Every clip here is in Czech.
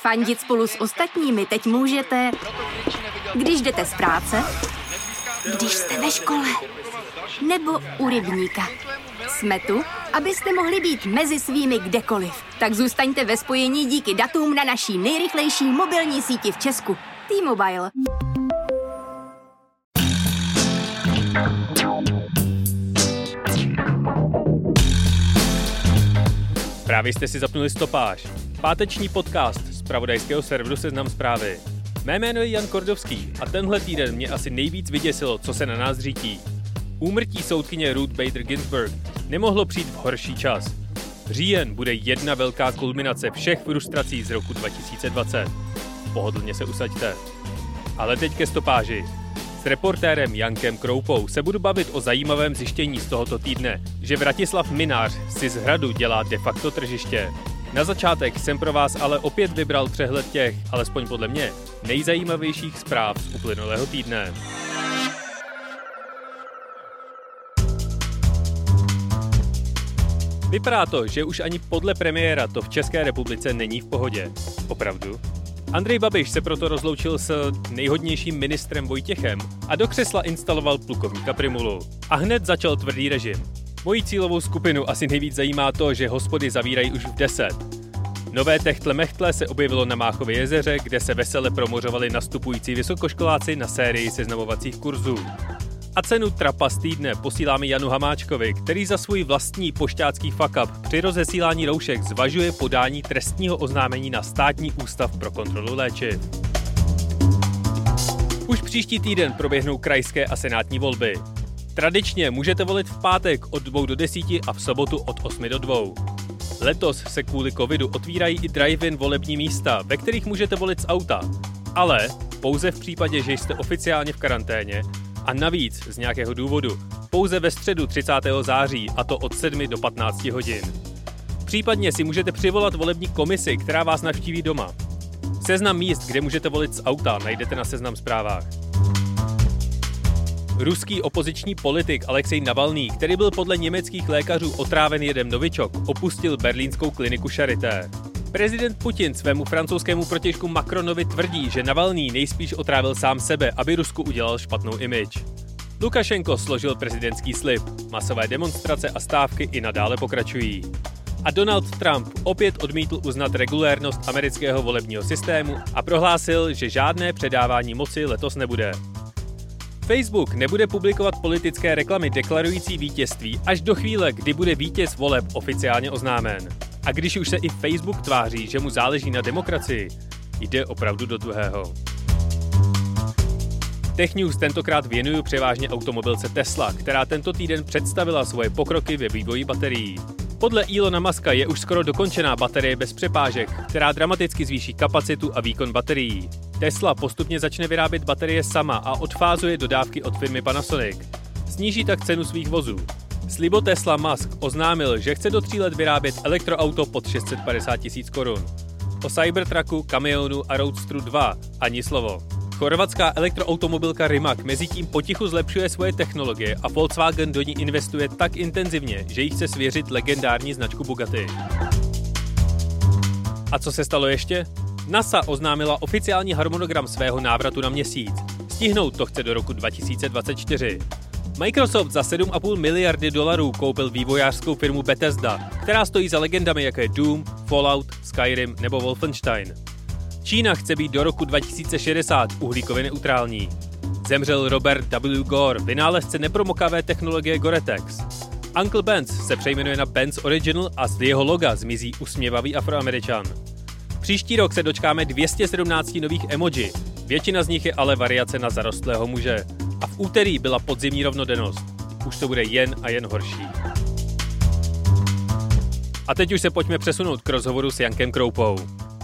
Fandit spolu s ostatními teď můžete, když jdete z práce, když jste ve škole, nebo u rybníka. Jsme tu, abyste mohli být mezi svými kdekoliv. Tak zůstaňte ve spojení díky datům na naší nejrychlejší mobilní síti v Česku. T-Mobile. Právě jste si zapnuli Stopáž, páteční podcast z zpravodajského serveru Seznam Zprávy. Mé jméno je Jan Kordovský a tenhle týden mě asi nejvíc vyděsilo, co se na nás řítí. Úmrtí soudkyně Ruth Bader Ginsburg nemohlo přijít v horší čas. Říjen bude jedna velká kulminace všech frustrací z roku 2020. Pohodlně se usaďte. Ale teď ke Stopáži. S reportérem Jankem Kroupou se budu bavit o zajímavém zjištění z tohoto týdne, že Vratislav Mynář si z Hradu dělá de facto tržiště. Na začátek jsem pro vás ale opět vybral přehled těch, alespoň podle mě, nejzajímavějších zpráv z uplynulého týdne. Vypadá to, že už ani podle premiéra to v České republice není v pohodě. Opravdu? Andrej Babiš se proto rozloučil s nejhodnějším ministrem Vojtěchem a do křesla instaloval plukovníka Prymulu. A hned začal tvrdý režim. Mojí cílovou skupinu asi nejvíc zajímá to, že hospody zavírají už v 10. Nové techtle-mechtle se objevilo na Máchově jezeře, kde se vesele promořovali nastupující vysokoškoláci na sérii seznamovacích kurzů. A cenu trapa z týdne posíláme Janu Hamáčkovi, který za svůj vlastní pošťácký fuck-up při rozesílání roušek zvažuje podání trestního oznámení na Státní ústav pro kontrolu léčiv. Už příští týden proběhnou krajské a senátní volby. Tradičně můžete volit v pátek od 2 do 10 a v sobotu od 8 do 2. Letos se kvůli covidu otvírají i drive-in volební místa, ve kterých můžete volit z auta. Ale pouze v případě, že jste oficiálně v karanténě, a navíc z nějakého důvodu pouze ve středu 30. září, a to od 7 do 15 hodin. Případně si můžete přivolat volební komisi, která vás navštíví doma. Seznam míst, kde můžete volit z auta, najdete na Seznam Zprávách. Ruský opoziční politik Alexej Navalný, který byl podle německých lékařů otráven jedem novičok, opustil berlínskou kliniku Charité. Prezident Putin svému francouzskému protějšku Macronovi tvrdí, že Navalný nejspíš otrávil sám sebe, aby Rusku udělal špatnou image. Lukašenko složil prezidentský slib, masové demonstrace a stávky i nadále pokračují. A Donald Trump opět odmítl uznat regulérnost amerického volebního systému a prohlásil, že žádné předávání moci letos nebude. Facebook nebude publikovat politické reklamy deklarující vítězství až do chvíle, kdy bude vítěz voleb oficiálně oznámen. A když už se i Facebook tváří, že mu záleží na demokracii, jde opravdu do druhého. Tech News tentokrát věnuju převážně automobilce Tesla, která tento týden představila svoje pokroky ve vývoji baterií. Podle Elona Muska je už skoro dokončená baterie bez přepážek, která dramaticky zvýší kapacitu a výkon baterií. Tesla postupně začne vyrábět baterie sama a odfázuje dodávky od firmy Panasonic. Sníží tak cenu svých vozů. Slibo Tesla Musk oznámil, že chce do 3 let vyrábět elektroauto pod 650 000 korun. O Cybertrucku, kamionu a Roadsteru 2 ani slovo. Chorvatská elektroautomobilka Rimac mezitím potichu zlepšuje svoje technologie a Volkswagen do ní investuje tak intenzivně, že jí chce svěřit legendární značku Bugatti. A co se stalo ještě? NASA oznámila oficiální harmonogram svého návratu na Měsíc. Stihnout to chce do roku 2024. Microsoft za $7,5 miliardy koupil vývojářskou firmu Bethesda, která stojí za legendami jako je Doom, Fallout, Skyrim nebo Wolfenstein. Čína chce být do roku 2060 uhlíkově neutrální. Zemřel Robert W. Gore, vynálezce nepromokavé technologie Gore-Tex. Uncle Ben's se přejmenuje na Ben's Original a z jeho loga zmizí usměvavý Afroameričan. Příští rok se dočkáme 217 nových emoji, většina z nich je ale variace na zarostlého muže. A v úterý byla podzimní rovnodennost. Už to bude jen a jen horší. A teď už se pojďme přesunout k rozhovoru s Jankem Kroupou.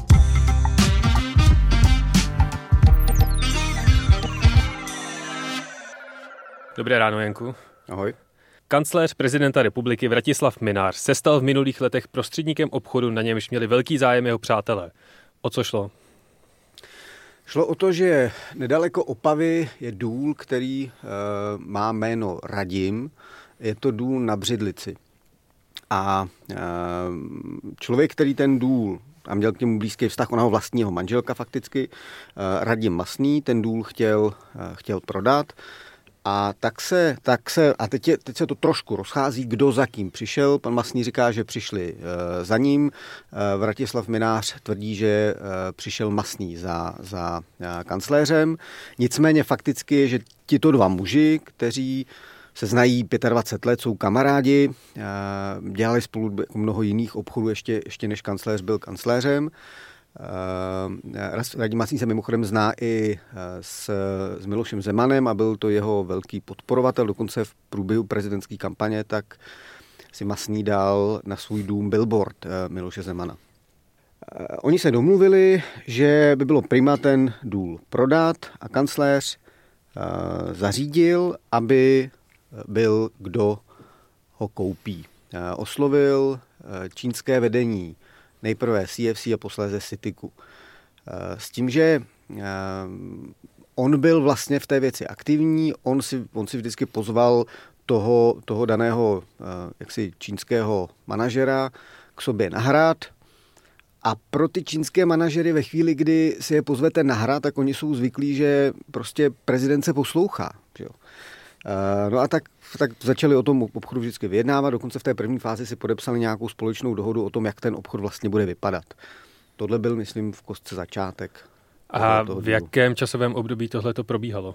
Dobré ráno, Janku. Ahoj. Kancléř prezidenta republiky Vratislav Mynář se stal v minulých letech prostředníkem obchodu, na němž měli velký zájem jeho přátelé. O co šlo? Šlo o to, že nedaleko Opavy je důl, který má jméno Radim. Je to důl na Břidlici. A člověk, který ten důl a měl k němu blízký vztah, ona ho vlastního manželka fakticky, Radim Masný, ten důl chtěl prodat. A a teď se to trošku rozchází, kdo za kým přišel. Pan Masný říká, že přišli za ním. Vratislav Mynář tvrdí, že přišel Masný za kancléřem. Nicméně fakticky je, že tito dva muži, kteří se znají 25 let, jsou kamarádi, dělali spolu mnoho jiných obchodů, ještě než kancléř byl kancléřem. Radim Masný se mimochodem zná i s Milošem Zemanem a byl to jeho velký podporovatel, dokonce v průběhu prezidentské kampaně, tak si Masný dal na svůj dům billboard Miloše Zemana. Oni se domluvili, že by bylo prima ten důl prodat a kancléř zařídil, aby byl, kdo ho koupí. Oslovil čínské vedení nejprve CFC a posléze Cityku. S tím, že on byl vlastně v té věci aktivní, on si vždycky pozval toho daného jaksi čínského manažera k sobě na hrad. A pro ty čínské manažery ve chvíli, kdy si je pozvete na hrad, tak oni jsou zvyklí, že prostě prezident se poslouchá. Že jo? No a tak začali o tom obchodu vždycky vyjednávat, dokonce v té první fázi si podepsali nějakou společnou dohodu o tom, jak ten obchod vlastně bude vypadat. Tohle byl, myslím, v kostce začátek. A v jakém časovém období tohle to probíhalo?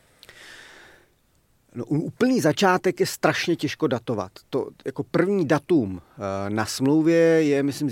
No, úplný začátek je strašně těžko datovat. To jako první datum na smlouvě je, myslím, z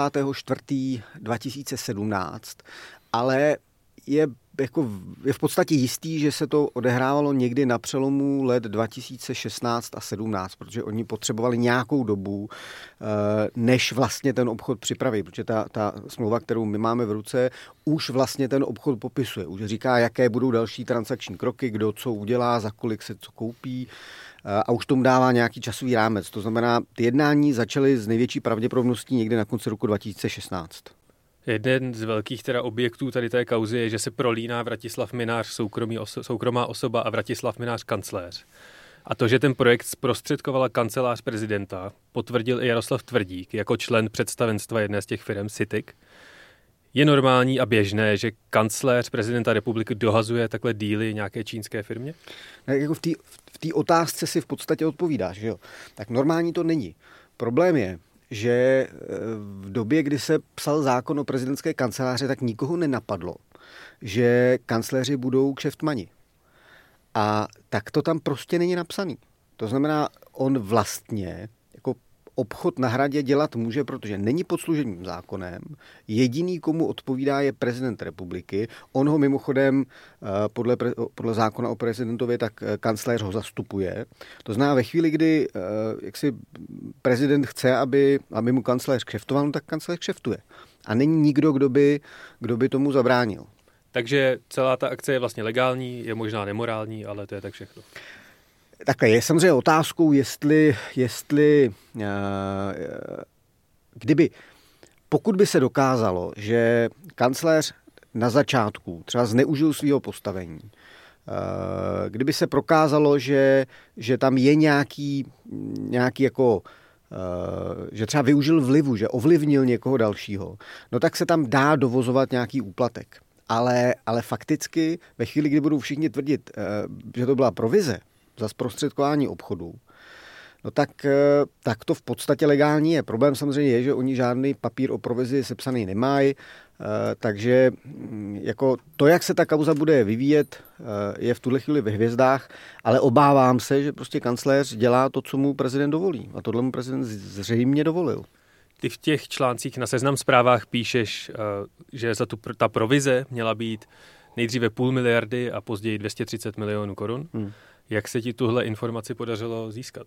21.4.2017, ale je v podstatě jistý, že se to odehrávalo někdy na přelomu let 2016 a 17, protože oni potřebovali nějakou dobu, než vlastně ten obchod připraví, protože ta smlouva, kterou my máme v ruce, už vlastně ten obchod popisuje. Už říká, jaké budou další transakční kroky, kdo co udělá, za kolik se co koupí a už tomu dává nějaký časový rámec. To znamená, ty jednání začaly s největší pravděpodobností někdy na konci roku 2016. Jeden z velkých objektů tady té kauzy je, že se prolíná Vratislav Mynář soukromá osoba a Vratislav Mynář kancléř. A to, že ten projekt zprostředkovala kancelář prezidenta, potvrdil i Jaroslav Tvrdík jako člen představenstva jedné z těch firm Cityk. Je normální a běžné, že kancléř prezidenta republiky dohazuje takhle díly nějaké čínské firmě? Jako v té otázce si v podstatě odpovídáš, že jo? Tak normální to není. Problém je, že v době, kdy se psal zákon o prezidentské kanceláři, tak nikoho nenapadlo, že kancléři budou kšeftmani. A tak to tam prostě není napsaný. To znamená, on vlastně jako obchod na hradě dělat může, protože není pod služebním zákonem. Jediný, komu odpovídá, je prezident republiky. On ho mimochodem podle zákona o prezidentově, tak kancléř ho zastupuje. To znamená, ve chvíli, kdy jaksi prezident chce, aby mu kancléř kšeftoval, tak kancléř kšeftuje. A není nikdo, kdo by tomu zabránil. Takže celá ta akce je vlastně legální, je možná nemorální, ale to je tak všechno. Takhle je samozřejmě otázkou, pokud by se dokázalo, že kancléř na začátku třeba zneužil svého postavení, kdyby se prokázalo, že tam je nějaký jako, že třeba využil vlivu, že ovlivnil někoho dalšího, no tak se tam dá dovozovat nějaký úplatek. Ale fakticky ve chvíli, kdy budou všichni tvrdit, že to byla provize za zprostředkování obchodu, no tak to v podstatě legální je. Problém samozřejmě je, že oni žádný papír o provizi sepsaný nemají, takže jako to, jak se ta kauza bude vyvíjet, je v tuhle chvíli ve hvězdách, ale obávám se, že prostě kancléř dělá to, co mu prezident dovolí. A tohle mu prezident zřejmě dovolil. Ty v těch článcích na Seznam Zprávách píšeš, že za ta provize měla být nejdříve 500 miliardy a později 230 milionů korun. Jak se ti tuhle informaci podařilo získat?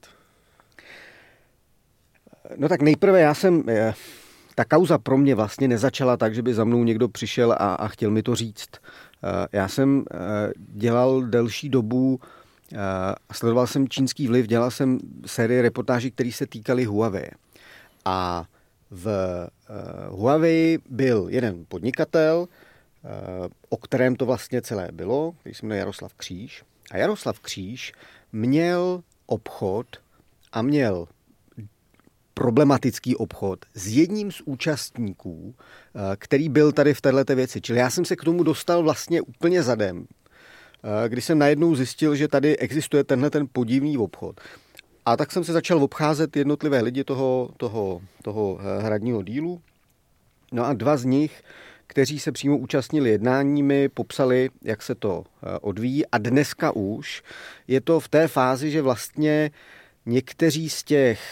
No tak nejprve ta kauza pro mě vlastně nezačala tak, že by za mnou někdo přišel a chtěl mi to říct. Já jsem dělal delší dobu, sledoval jsem čínský vliv, dělal jsem sérii reportáží, které se týkaly Huawei. A v Huawei byl jeden podnikatel, o kterém to vlastně celé bylo, který se jmenuje Jaroslav Kříž. A Jaroslav Kříž měl obchod a měl problematický obchod s jedním z účastníků, který byl tady v této věci. Čili já jsem se k tomu dostal vlastně úplně zadem, když jsem najednou zjistil, že tady existuje tenhle ten podivný obchod. A tak jsem se začal obcházet jednotlivé lidi toho hradního dílu. No a dva z nich, kteří se přímo účastnili jednáními, popsali, jak se to odvíjí. A dneska už je to v té fázi, že vlastně někteří z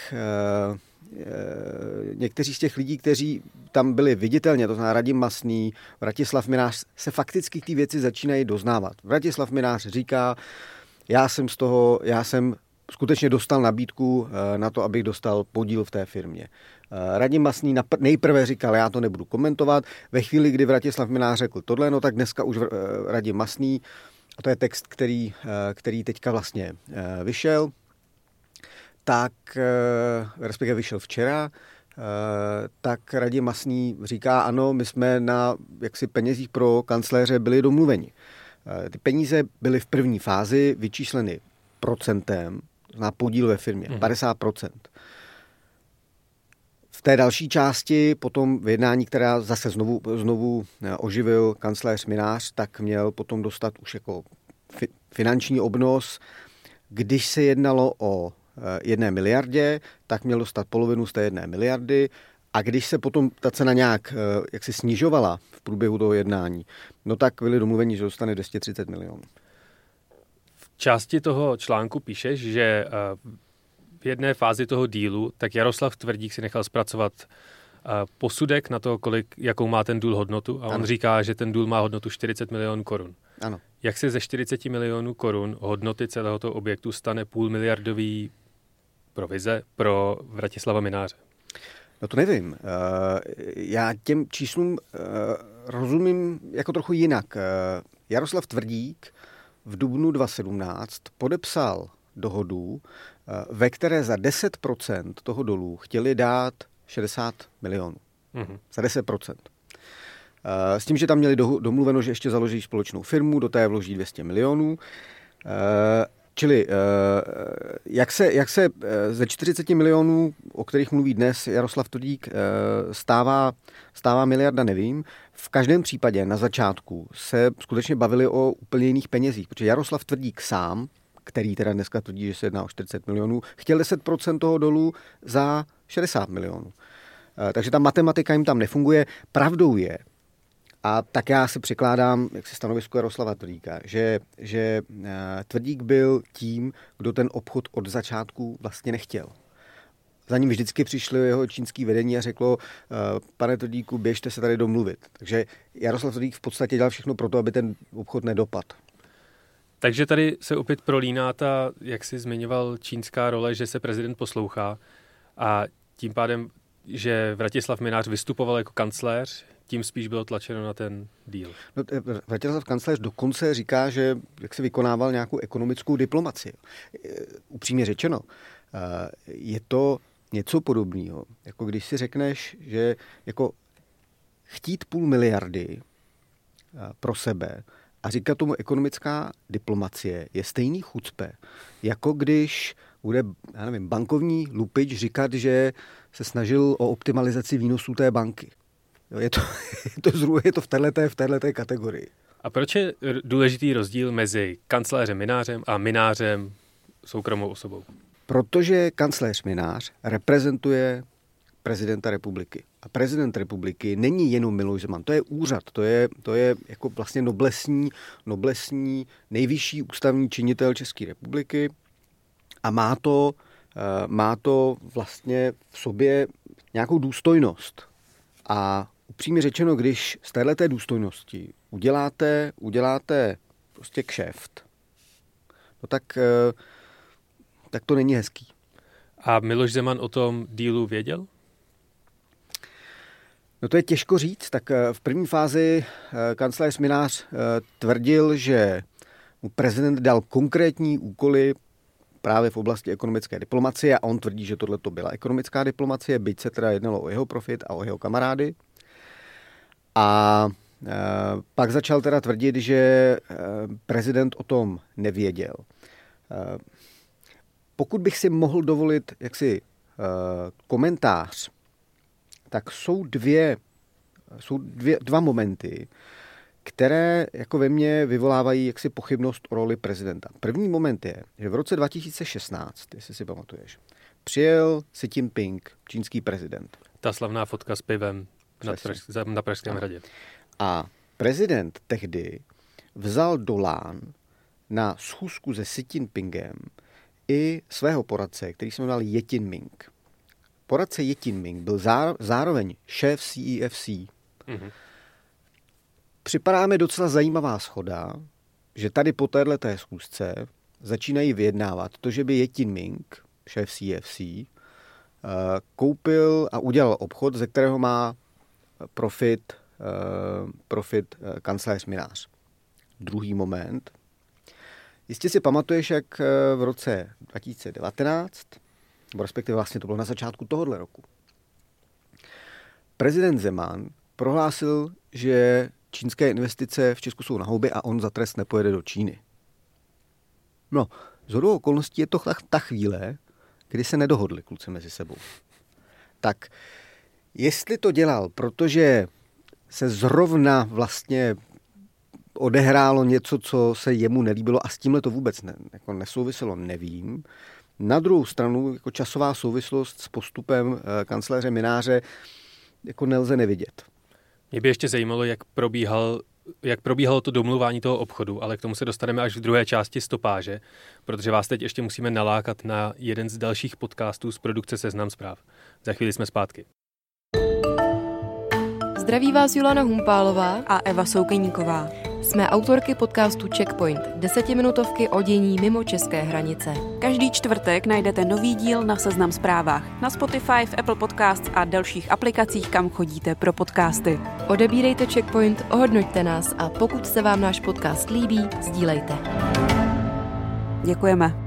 těch lidí, kteří tam byli viditelně, to znamená Radim Masný, Vratislav Mynář, se fakticky k té věci začínají doznávat. Vratislav Mynář říká, já jsem skutečně dostal nabídku na to, abych dostal podíl v té firmě. Radim Masný nejprve říkal, já to nebudu komentovat. Ve chvíli, kdy Vratislav Mynář řekl tohle, no tak dneska už Radim Masný, a to je text, který teďka vlastně vyšel, tak, respektive vyšel včera, tak Radim Masný říká, ano, my jsme na jaksi penězích pro kancléře byli domluveni. Ty peníze byly v první fázi vyčísleny procentem na podíl ve firmě, 50%. V té další části potom v jednání, která zase znovu oživil kancléř Mynář, tak měl potom dostat už jako finanční obnos. Když se jednalo o 1 miliardě, tak měl dostat polovinu z té 1 miliardy. A když se potom ta cena nějak jaksi snižovala v průběhu toho jednání, no tak byli domluveni, že dostane 230 milionů. V části toho článku píšeš, že v jedné fázi toho dílu tak Jaroslav Tvrdík si nechal zpracovat posudek na to, jakou má ten důl hodnotu a on říká, že ten důl má hodnotu 40 milionů korun. Ano. Jak se ze 40 milionů korun hodnoty celého toho objektu stane půlmiliardový provize pro Vratislava Mynáře? No to nevím. Já těm číslům rozumím jako trochu jinak. Jaroslav Tvrdík v dubnu 2017 podepsal dohodu, ve které za 10% toho dolu chtěli dát 60 milionů. Za 10%. S tím, že tam měli domluveno, že ještě založí společnou firmu, do té vloží 200 milionů. Čili jak se ze 40 milionů, o kterých mluví dnes Jaroslav Tvrdík, stává miliarda, nevím. V každém případě na začátku se skutečně bavili o úplně jiných penězích, protože Jaroslav Tvrdík sám, který teda dneska tvrdí, že se jedná o 40 milionů, chtěl 10% toho dolu za 60 milionů. Takže ta matematika jim tam nefunguje. Pravdou je, a tak já si přikládám jak si stanovisko Jaroslava Tvrdíka, že Tvrdík byl tím, kdo ten obchod od začátku vlastně nechtěl. Za ním vždycky přišlo jeho čínský vedení a řeklo, pane Tvrdíku, běžte se tady domluvit. Takže Jaroslav Tvrdík v podstatě dělal všechno pro to, aby ten obchod nedopadl. Takže tady se opět prolíná ta, jak jsi zmiňoval, čínská role, že se prezident poslouchá a tím pádem, že Vratislav Mynář vystupoval jako kancléř, tím spíš bylo tlačeno na ten díl. No, Vratislav kancléř dokonce říká, že jak se vykonával nějakou ekonomickou diplomacii. Upřímně řečeno, je to něco podobného, jako když si řekneš, že jako chtít 500 miliardy pro sebe a říkat tomu ekonomická diplomacie je stejný chucpe, jako když bude, já nevím, bankovní lupič říkat, že se snažil o optimalizaci výnosů té banky. Jo, je to v téhleté kategorii. A proč je důležitý rozdíl mezi kancléřem Mynářem a Mynářem soukromou osobou? Protože kancléř Mynář reprezentuje prezidenta republiky. A prezident republiky není jenom Miloš Zeman. To je úřad, to je jako vlastně noblesní nejvyšší ústavní činitel České republiky a má to vlastně v sobě nějakou důstojnost. A upřímně řečeno, když z téhleté důstojnosti uděláte prostě kšeft, no tak to není hezký. A Miloš Zeman o tom dílu věděl? No to je těžko říct. Tak v první fázi kancléř Mynář tvrdil, že mu prezident dal konkrétní úkoly právě v oblasti ekonomické diplomacie a on tvrdí, že tohle to byla ekonomická diplomacie, byť se teda jednalo o jeho profit a o jeho kamarády. A pak začal teda tvrdit, že prezident o tom nevěděl. Pokud bych si mohl dovolit jaksi komentář, tak jsou dva momenty, které jako ve mně vyvolávají jaksi pochybnost o roli prezidenta. První moment je, že v roce 2016, jestli si pamatuješ, přijel Xi Jinping, čínský prezident. Ta slavná fotka s pivem na Pražském hradě. A prezident tehdy vzal do Lán na schůzku se Xi Jinpingem i svého poradce, který se jmenoval Ye Jinming. Poradce Ye Jinming byl zároveň šéf CEFC. Mm-hmm. Připadá mi docela zajímavá shoda, že tady po téhleté schůzce začínají vyjednávat to, že by Ye Jinming, šéf CEFC, koupil a udělal obchod, ze kterého má profit kancléř Mynář. Druhý moment. Jistě si pamatuješ, jak v roce 2019, nebo respektive vlastně to bylo na začátku tohohle roku, prezident Zeman prohlásil, že čínské investice v Česku jsou na houby a on za trest nepojede do Číny. No, shodou okolností je to ta chvíle, kdy se nedohodli kluci mezi sebou. Tak, jestli to dělal, protože se zrovna vlastně odehrálo něco, co se jemu nelíbilo a s tímhle to vůbec nesouviselo, nevím. Na druhou stranu, jako časová souvislost s postupem kancléře Mynáře jako nelze nevidět. Mě by ještě zajímalo, jak probíhalo to domluvání toho obchodu, ale k tomu se dostaneme až v druhé části stopáže, protože vás teď ještě musíme nalákat na jeden z dalších podcastů z produkce Seznam zpráv. Za chvíli jsme zpátky. Zdraví vás Julana Humpálová a Eva Soukeníková. Jsme autorky podcastu Checkpoint, 10minutovky o dění mimo české hranice. Každý čtvrtek najdete nový díl na Seznam zprávách, na Spotify, v Apple Podcasts a dalších aplikacích, kam chodíte pro podcasty. Odebírejte Checkpoint, ohodnoťte nás a pokud se vám náš podcast líbí, sdílejte. Děkujeme.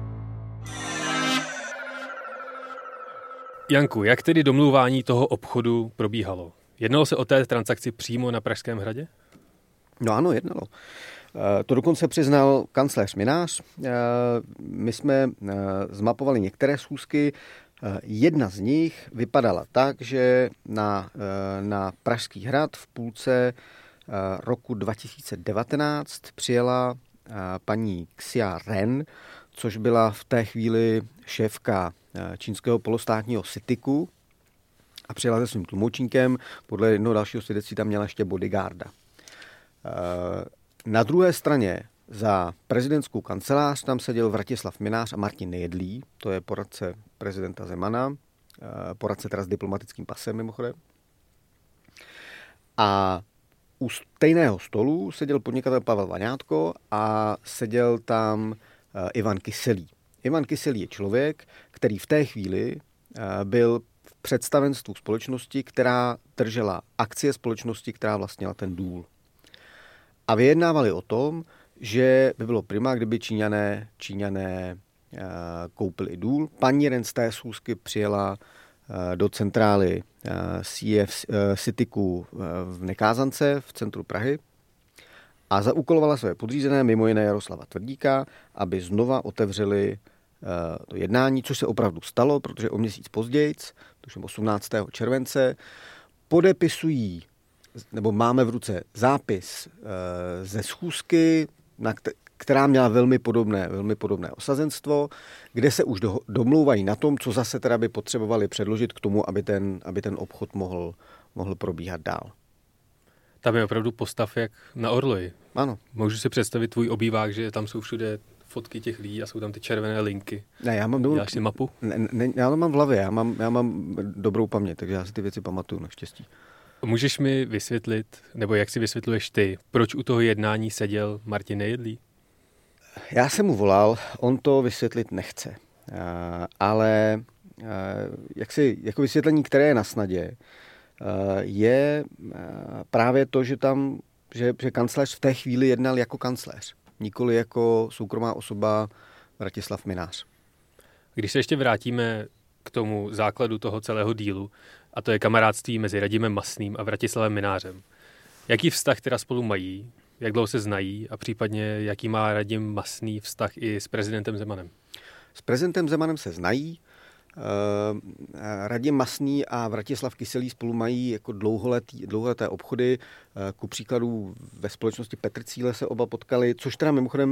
Janku, jak tedy domluvání toho obchodu probíhalo? Jednalo se o té transakci přímo na Pražském hradě? No ano, jednalo. To dokonce přiznal kancléř Mynář. My jsme zmapovali některé schůzky. Jedna z nich vypadala tak, že na Pražský hrad v půlce roku 2019 přijela paní Xia Ren, což byla v té chvíli šéfka čínského polostátního CITICu a přijela se svým tlumočníkem. Podle jednoho dalšího svědectví tam měla ještě bodyguarda. Na druhé straně za prezidentskou kancelář tam seděl Vratislav Mynář a Martin Nejedlý, to je poradce prezidenta Zemana, poradce teda s diplomatickým pasem mimochodem. A u stejného stolu seděl podnikatel Pavel Vaňátko a seděl tam Ivan Kyselý. Ivan Kyselý je člověk, který v té chvíli byl v představenstvu společnosti, která držela akcie společnosti, která vlastnila ten důl. A vyjednávali o tom, že by bylo prima, kdyby Číňané koupili důl. Paní Ren z té schůzky přijela do centrály CITICu v Nekázance v centru Prahy a zaúkolovala své podřízené, mimo jiné Jaroslava Tvrdíka, aby znova otevřeli to jednání, což se opravdu stalo, protože o měsíc později, tuším 18. července, podepisují, nebo máme v ruce zápis ze schůzky, která měla velmi podobné osazenstvo, kde se už domlouvají na tom, co zase teda by potřebovali předložit k tomu, aby ten obchod mohl probíhat dál. Tam je opravdu postav jak na orloji. Ano. Můžu si představit tvůj obývák, že tam jsou všude fotky těch lidí a jsou tam ty červené linky. Ne, děláš si mapu? Ne, já to mám v hlavě, já mám dobrou paměť, takže já si ty věci pamatuju naštěstí. Můžeš mi vysvětlit, nebo jak si vysvětluješ ty, proč u toho jednání seděl Martin Nejedlý? Já jsem mu volal, on to vysvětlit nechce. Ale jako vysvětlení, které je na snadě, je právě to, že kancléř v té chvíli jednal jako kancléř, nikoli jako soukromá osoba Vratislav Mynář. Když se ještě vrátíme k tomu základu toho celého dílu, a to je kamarádství mezi Radimem Masným a Vratislavem Mynářem. Jaký vztah teda spolu mají, jak dlouho se znají a případně jaký má Radim Masný vztah i s prezidentem Zemanem? S prezidentem Zemanem se znají. Radim Masný a Vratislav Kyselý spolu mají jako dlouholeté obchody. Ku příkladu ve společnosti Petr Cíle se oba potkali, což teda mimochodem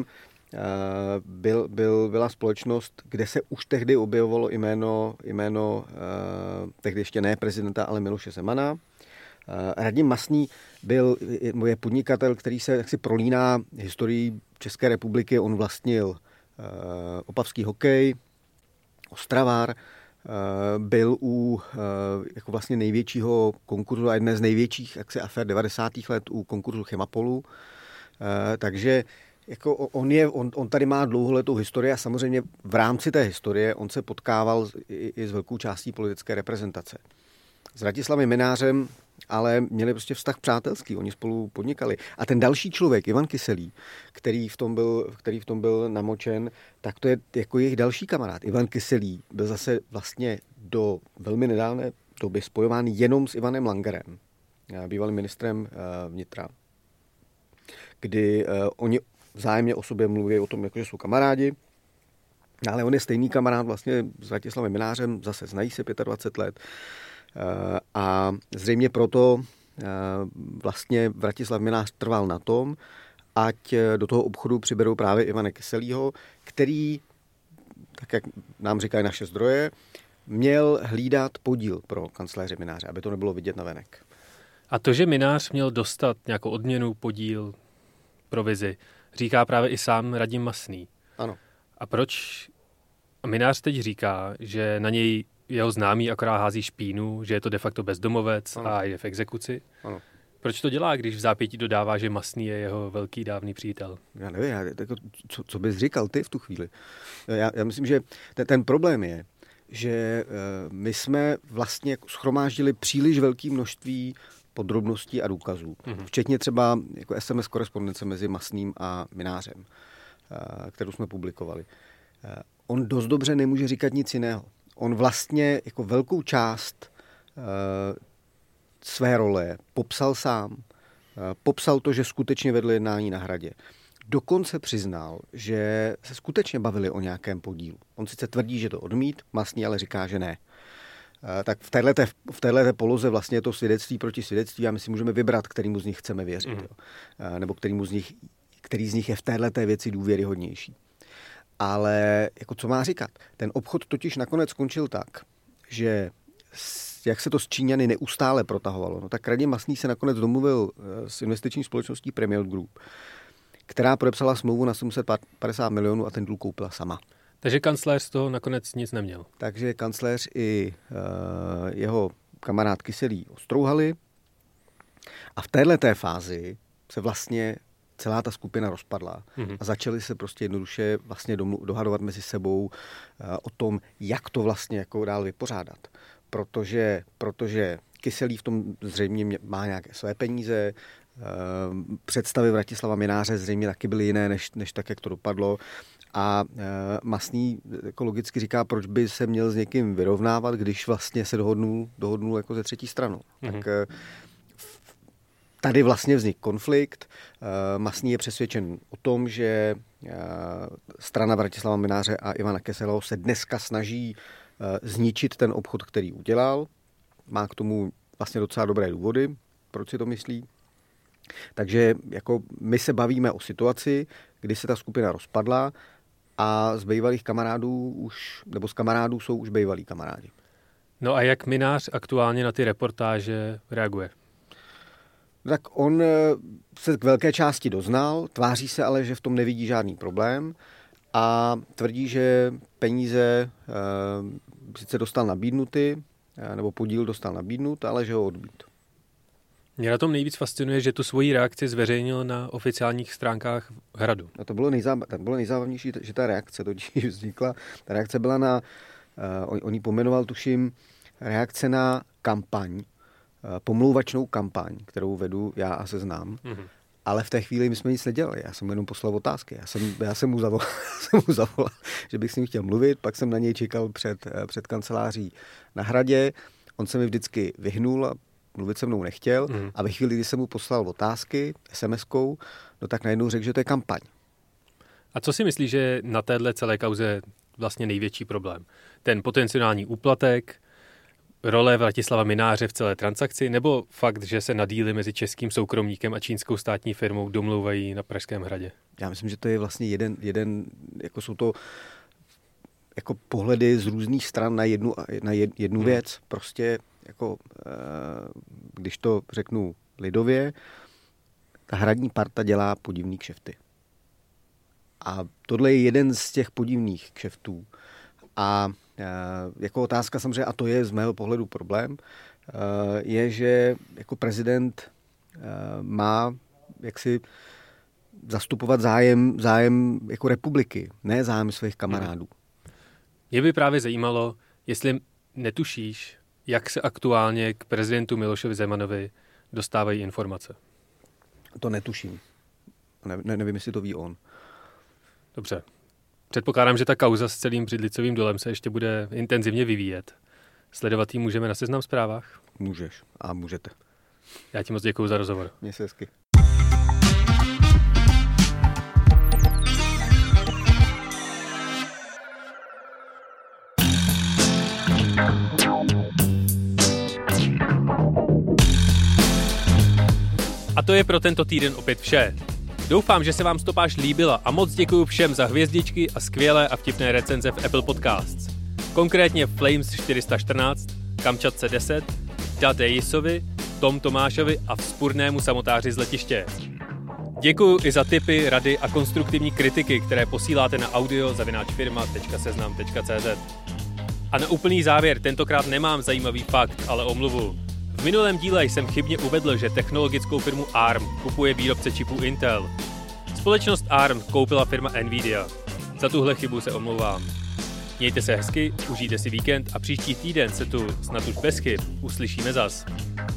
byla společnost, kde se už tehdy objevovalo jméno tehdy ještě ne prezidenta, ale Miloše Zemana. Radim Masný je podnikatel, který se jaksi prolíná historií České republiky. On vlastnil opavský hokej, Ostravár, byl u jako vlastně největšího konkurzu a jedné z největších afér 90. let u konkurzu Chemapolu. Takže jako on tady má dlouholetou historii a samozřejmě v rámci té historie on se potkával i s velkou částí politické reprezentace. S Vratislavem Mynářem ale měli prostě vztah přátelský, oni spolu podnikali. A ten další člověk, Ivan Kyselý, který v tom byl namočen, tak to je jako jejich další kamarád. Ivan Kyselý byl zase vlastně do velmi nedávné doby spojován jenom s Ivanem Langerem, bývalým ministrem vnitra, kdy oni vzájemně o sobě mluví o tom, jako, že jsou kamarádi, ale on je stejný kamarád vlastně s Vratislavem Mynářem, zase znají se 25 let. A zřejmě proto vlastně Vratislav Mynář trval na tom, ať do toho obchodu přiberou právě Ivana Kyselýho, který, tak jak nám říkají naše zdroje, měl hlídat podíl pro kancléře Mynáře, aby to nebylo vidět navenek. A to, že Mynář měl dostat nějakou odměnu, podíl, provizi, říká právě i sám Radim Masný. Ano. A proč Mynář teď říká, že na něj jeho známý akorát hází špínu, že je to de facto bezdomovec a je v exekuci? Ano. Proč to dělá, když v zápětí dodává, že Masný je jeho velký dávný přítel? Já nevím, co bys říkal ty v tu chvíli? Já myslím, že ten problém je, že my jsme vlastně shromáždili příliš velké množství podrobností a důkazů. Včetně třeba jako SMS korespondence mezi Masným a Mynářem, kterou jsme publikovali. On dost dobře nemůže říkat nic jiného. On vlastně jako velkou část své role popsal sám. Popsal to, že skutečně vedl jednání na Hradě. Dokonce přiznal, že se skutečně bavili o nějakém podílu. On sice tvrdí, že to odmít, Masný ale říká, že ne. Tak v této poloze vlastně je to svědectví proti svědectví a my si můžeme vybrat, kterému z nich chceme věřit. Jo. Nebo který z nich je v této věci důvěryhodnější. Ale jako co má říkat? Ten obchod totiž nakonec skončil tak, že jak se to s Číňany neustále protahovalo, no tak Radim Masný se nakonec domluvil s investiční společností Premier Group, která podepsala smlouvu na 750 milionů a ten důl koupila sama. Takže kancléř z toho nakonec nic neměl. Takže kancléř i jeho kamarád Kyselý ostrouhali a v této fázi se vlastně celá ta skupina rozpadla a začali se prostě jednoduše vlastně dohadovat mezi sebou o tom, jak to vlastně jako dál vypořádat. Protože Kyselý v tom zřejmě má nějaké své peníze, představy Vratislava Mynáře zřejmě taky byly jiné, než tak, jak to dopadlo. A Masný jako logicky říká, proč by se měl s někým vyrovnávat, když vlastně se dohodnul jako ze třetí stranou. Tak tady vlastně vznikl konflikt. Masný je přesvědčen o tom, že strana Vratislava Mynáře a Ivana Kyselého se dneska snaží zničit ten obchod, který udělal. Má k tomu vlastně docela dobré důvody, proč si to myslí. Takže jako my se bavíme o situaci, kdy se ta skupina rozpadla a z bývalých kamarádů z kamarádů jsou už bývalí kamarádi. No a jak Mynář aktuálně na ty reportáže reaguje? Tak on se k velké části doznal, tváří se ale, že v tom nevidí žádný problém a tvrdí, že peníze sice dostal nabídnuty, nebo podíl dostal nabídnut, ale že ho odmít. Mě na tom nejvíc fascinuje, že tu svoji reakci zveřejnil na oficiálních stránkách Hradu. A to bylo nejzábavnější, že ta reakce totiž vznikla. Ta reakce byla on ji pomenoval, tuším, reakce na kampaň, pomlouvačnou kampaň, kterou vedu já a Seznam. Ale v té chvíli my jsme nic nedělali. Já jsem jenom poslal otázky. Já jsem mu zavolal, že bych s ním chtěl mluvit, pak jsem na něj čekal před kanceláří na Hradě. On se mi vždycky vyhnul a mluvit se mnou nechtěl. A ve chvíli, kdy jsem mu poslal otázky SMS-kou, no tak najednou řekl, že to je kampaň. A co si myslíš, že na téhle celé kauze vlastně největší problém? Ten potenciální úplatek, role Vratislava Mynáře v celé transakci, nebo fakt, že se na díly mezi českým soukromníkem a čínskou státní firmou domlouvají na Pražském hradě? Já myslím, že to je vlastně jeden jako jsou to jako pohledy z různých stran na jednu věc. Prostě jako, když to řeknu lidově, ta hradní parta dělá podivný kšefty. A tohle je jeden z těch podivných kšeftů. A jako otázka samozřejmě, a to je z mého pohledu problém, je, že jako prezident má jaksi zastupovat zájem jako republiky, ne zájem svých kamarádů. Mě by právě zajímalo, jestli netušíš, jak se aktuálně k prezidentu Milošovi Zemanovi dostávají informace. To netuším. Nevím, jestli to ví on. Dobře. Předpokládám, že ta kauza s celým Břidlicovým dolem se ještě bude intenzivně vyvíjet. Sledovat ji můžeme na Seznam Zprávách? Můžeš a můžete. Já ti moc děkuju za rozhovor. Měj se hezky. A to je pro tento týden opět vše. Doufám, že se vám stopáž líbila a moc děkuju všem za hvězdičky a skvělé a vtipné recenze v Apple Podcasts. Konkrétně Flames 414, Kamčatce 10, Dadejisovi, Tom Tomášovi a vzpurnému samotáři z letiště. Děkuju i za tipy, rady a konstruktivní kritiky, které posíláte na audio@firma.seznam.cz. A na úplný závěr tentokrát nemám zajímavý fakt, ale omluvu. V minulém díle jsem chybně uvedl, že technologickou firmu ARM kupuje výrobce čipů Intel. Společnost ARM koupila firma Nvidia. Za tuhle chybu se omlouvám. Mějte se hezky, užijte si víkend a příští týden se tu snad už bez chyb uslyšíme zas.